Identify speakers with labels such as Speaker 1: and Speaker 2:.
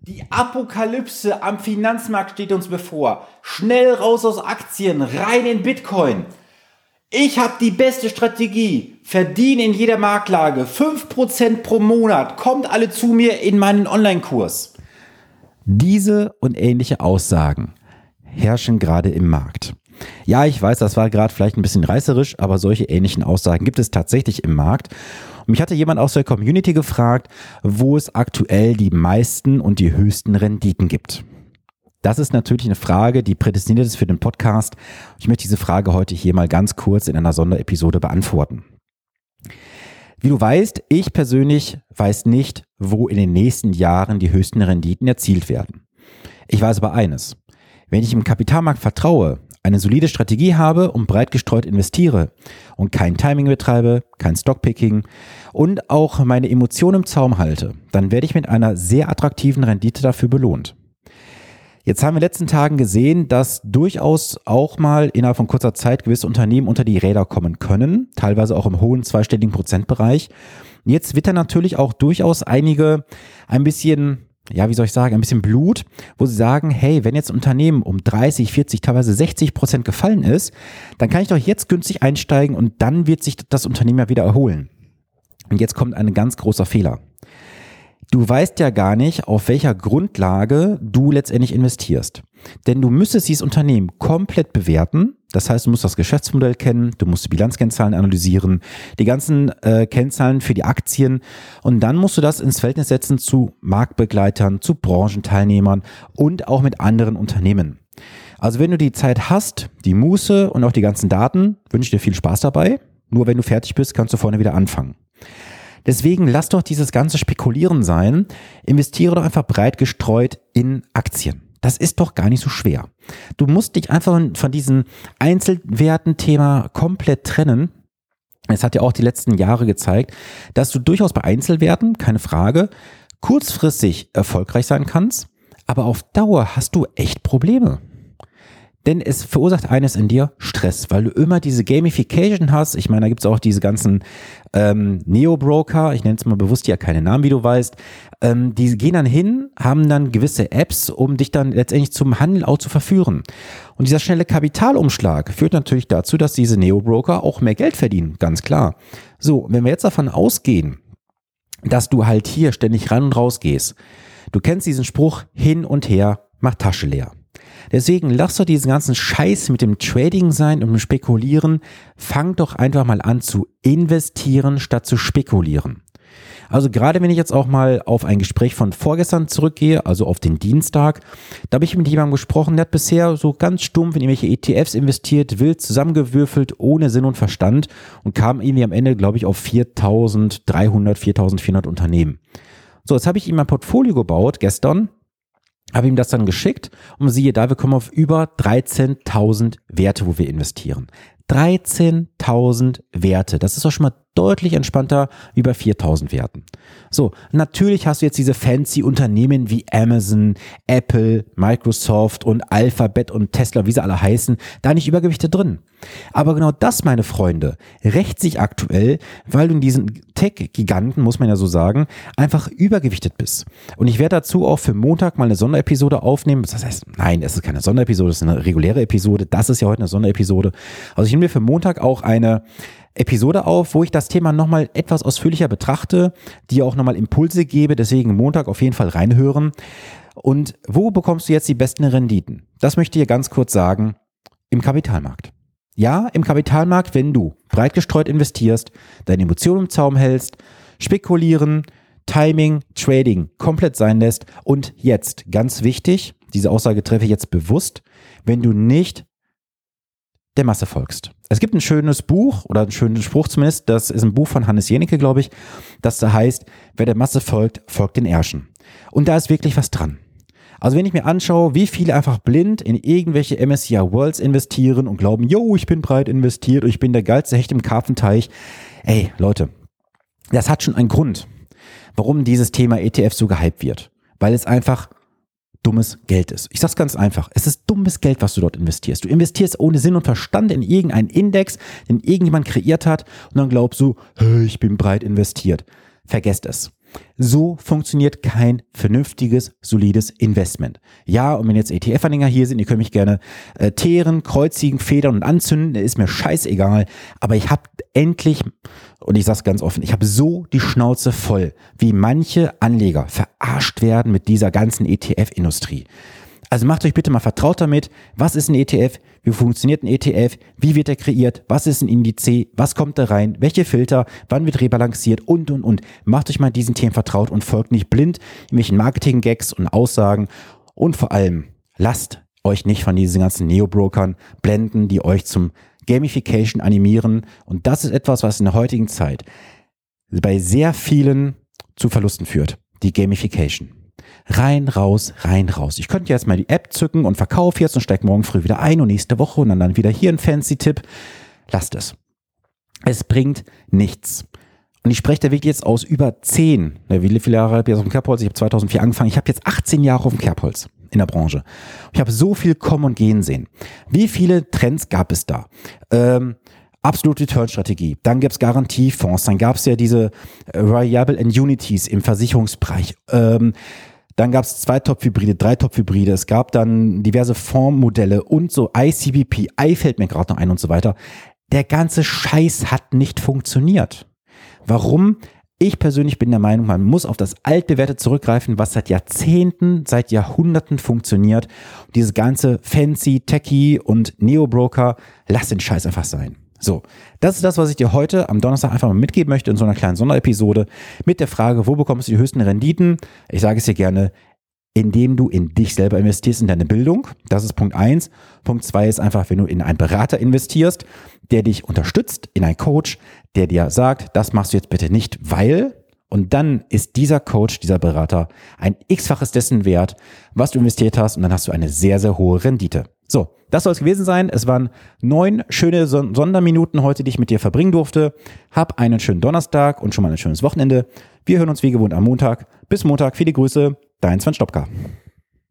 Speaker 1: Die Apokalypse am Finanzmarkt steht uns bevor. Schnell raus aus Aktien, rein in Bitcoin. Ich habe die beste Strategie. Verdiene in jeder Marktlage 5% pro Monat. Kommt alle zu mir in meinen Online-Kurs. Diese und ähnliche Aussagen herrschen gerade im Markt. Ja, ich weiß, das war gerade vielleicht ein bisschen reißerisch, aber solche ähnlichen Aussagen gibt es tatsächlich im Markt. Und mich hatte jemand aus der Community gefragt, wo es aktuell die meisten und die höchsten Renditen gibt. Das ist natürlich eine Frage, die prädestiniert ist für den Podcast. Ich möchte diese Frage heute hier mal ganz kurz in einer Sonderepisode beantworten. Wie du weißt, ich persönlich weiß nicht, wo in den nächsten Jahren die höchsten Renditen erzielt werden. Ich weiß aber eines: Wenn ich im Kapitalmarkt vertraue, eine solide Strategie habe und breit gestreut investiere und kein Timing betreibe, kein Stockpicking und auch meine Emotionen im Zaum halte, dann werde ich mit einer sehr attraktiven Rendite dafür belohnt. Jetzt haben wir in den letzten Tagen gesehen, dass durchaus auch mal innerhalb von kurzer Zeit gewisse Unternehmen unter die Räder kommen können, teilweise auch im hohen zweistelligen Prozentbereich. Jetzt wittern natürlich auch durchaus einige ein bisschen, ja, wie soll ich sagen, ein bisschen Blut, wo sie sagen, hey, wenn jetzt ein Unternehmen um 30, 40, teilweise 60% gefallen ist, dann kann ich doch jetzt günstig einsteigen und dann wird sich das Unternehmen ja wieder erholen. Und jetzt kommt ein ganz großer Fehler. Du weißt ja gar nicht, auf welcher Grundlage du letztendlich investierst. Denn du müsstest dieses Unternehmen komplett bewerten. Das heißt, du musst das Geschäftsmodell kennen, du musst die Bilanzkennzahlen analysieren, die ganzen Kennzahlen für die Aktien, und dann musst du das ins Verhältnis setzen zu Marktbegleitern, zu Branchenteilnehmern und auch mit anderen Unternehmen. Also wenn du die Zeit hast, die Muße und auch die ganzen Daten, wünsche ich dir viel Spaß dabei. Nur wenn du fertig bist, kannst du vorne wieder anfangen. Deswegen lass doch dieses ganze Spekulieren sein. Investiere doch einfach breit gestreut in Aktien. Das ist doch gar nicht so schwer. Du musst dich einfach von diesem Einzelwerten-Thema komplett trennen. Es hat ja auch die letzten Jahre gezeigt, dass du durchaus bei Einzelwerten, keine Frage, kurzfristig erfolgreich sein kannst, aber auf Dauer hast du echt Probleme. Denn es verursacht eines in dir: Stress, weil du immer diese Gamification hast. Ich meine, da gibt es auch diese ganzen Neo-Broker, ich nenne es mal bewusst ja keine Namen, wie du weißt, die gehen dann hin, haben dann gewisse Apps, um dich dann letztendlich zum Handel auch zu verführen. Und dieser schnelle Kapitalumschlag führt natürlich dazu, dass diese Neo-Broker auch mehr Geld verdienen, ganz klar. So, wenn wir jetzt davon ausgehen, dass du halt hier ständig rein und raus gehst, du kennst diesen Spruch, hin und her, mach Tasche leer. Deswegen lass doch diesen ganzen Scheiß mit dem Trading sein und dem Spekulieren. Fang doch einfach mal an zu investieren, statt zu spekulieren. Also gerade wenn ich jetzt auch mal auf ein Gespräch von vorgestern zurückgehe, also auf den Dienstag, da habe ich mit jemandem gesprochen, der hat bisher so ganz stumpf in irgendwelche ETFs investiert, wild zusammengewürfelt, ohne Sinn und Verstand, und kam irgendwie am Ende, glaube ich, auf 4.300, 4.400 Unternehmen. So, jetzt habe ich ihm ein Portfolio gebaut gestern, habe ihm das dann geschickt und siehe da, wir kommen auf über 13.000 Werte, wo wir investieren. 13.000 Werte, das ist doch schon mal deutlich entspannter wie bei 4.000 Werten. So, natürlich hast du jetzt diese fancy Unternehmen wie Amazon, Apple, Microsoft und Alphabet und Tesla, wie sie alle heißen, da nicht Übergewichte drin. Aber genau das, meine Freunde, rächt sich aktuell, weil du in diesen Tech-Giganten, muss man ja so sagen, einfach übergewichtet bist. Und ich werde dazu auch für Montag mal eine Sonderepisode aufnehmen. Das heißt, nein, es ist keine Sonderepisode, es ist eine reguläre Episode. Das ist ja heute eine Sonderepisode. Also ich nehme mir für Montag auch eine Episode auf, wo ich das Thema nochmal etwas ausführlicher betrachte, dir auch nochmal Impulse gebe, deswegen Montag auf jeden Fall reinhören. Und wo bekommst du jetzt die besten Renditen? Das möchte ich dir ganz kurz sagen: im Kapitalmarkt. Ja, im Kapitalmarkt, wenn du breit gestreut investierst, deine Emotionen im Zaum hältst, spekulieren, Timing, Trading komplett sein lässt und jetzt, ganz wichtig, diese Aussage treffe ich jetzt bewusst, wenn du nicht der Masse folgst. Es gibt ein schönes Buch oder einen schönen Spruch zumindest, das ist ein Buch von Hannes Jennecke, glaube ich, das da heißt, wer der Masse folgt, folgt den Ärschen. Und da ist wirklich was dran. Also wenn ich mir anschaue, wie viele einfach blind in irgendwelche MSCI Worlds investieren und glauben, yo, ich bin breit investiert und ich bin der geilste Hecht im Karpfenteich. Ey, Leute, das hat schon einen Grund, warum dieses Thema ETF so gehypt wird. Weil es einfach dummes Geld ist. Ich sag's ganz einfach. Es ist dummes Geld, was du dort investierst. Du investierst ohne Sinn und Verstand in irgendeinen Index, den irgendjemand kreiert hat, und dann glaubst du, hey, ich bin breit investiert. Vergesst es. So funktioniert kein vernünftiges, solides Investment. Ja, und wenn jetzt ETF-Anhänger hier sind, ihr könnt mich gerne teeren, kreuzigen, federn und anzünden, ist mir scheißegal. Aber ich habe endlich, und ich sage es ganz offen, ich habe so die Schnauze voll, wie manche Anleger verarscht werden mit dieser ganzen ETF-Industrie. Also macht euch bitte mal vertraut damit, was ist ein ETF, wie funktioniert ein ETF, wie wird er kreiert, was ist ein Indiz, was kommt da rein, welche Filter, wann wird rebalanciert und. Macht euch mal diesen Themen vertraut und folgt nicht blind irgendwelchen Marketing-Gags und Aussagen und vor allem lasst euch nicht von diesen ganzen Neo-Brokern blenden, die euch zum Gamification animieren, und das ist etwas, was in der heutigen Zeit bei sehr vielen zu Verlusten führt, die Gamification. Rein, raus, rein, raus. Ich könnte jetzt mal die App zücken und verkaufe jetzt und steige morgen früh wieder ein und nächste Woche und dann wieder hier ein Fancy-Tipp. Lasst es. Es bringt nichts. Und ich spreche da wirklich jetzt aus über 10. Wie viele Jahre habe ich jetzt auf dem Kerbholz? Ich habe 2004 angefangen. Ich habe jetzt 18 Jahre auf dem Kerbholz in der Branche. Ich habe so viel kommen und gehen sehen. Wie viele Trends gab es da? Absolute Return-Strategie. Dann gab es Garantiefonds. Dann gab es ja diese Variable Annuities im Versicherungsbereich. Dann gab es 2 Top-Hybride, 3 Top-Hybride. Es gab dann diverse Fondsmodelle und so ICBP, fällt mir gerade noch ein und so weiter. Der ganze Scheiß hat nicht funktioniert. Warum? Ich persönlich bin der Meinung, man muss auf das Altbewährte zurückgreifen, was seit Jahrzehnten, seit Jahrhunderten funktioniert. Und dieses ganze Fancy, Techie und Neo-Broker, lass den Scheiß einfach sein. So, das ist das, was ich dir heute am Donnerstag einfach mal mitgeben möchte in so einer kleinen Sonderepisode mit der Frage, wo bekommst du die höchsten Renditen? Ich sage es dir gerne, indem du in dich selber investierst, in deine Bildung. Das ist Punkt 1. Punkt 2 ist einfach, wenn du in einen Berater investierst, der dich unterstützt, in einen Coach, der dir sagt, das machst du jetzt bitte nicht, weil... Und dann ist dieser Coach, dieser Berater ein x-faches dessen wert, was du investiert hast, und dann hast du eine sehr, sehr hohe Rendite. So, das soll es gewesen sein. Es waren 9 schöne Sonderminuten heute, die ich mit dir verbringen durfte. Hab einen schönen Donnerstag und schon mal ein schönes Wochenende. Wir hören uns wie gewohnt am Montag. Bis Montag. Viele Grüße. Dein Sven Stopka.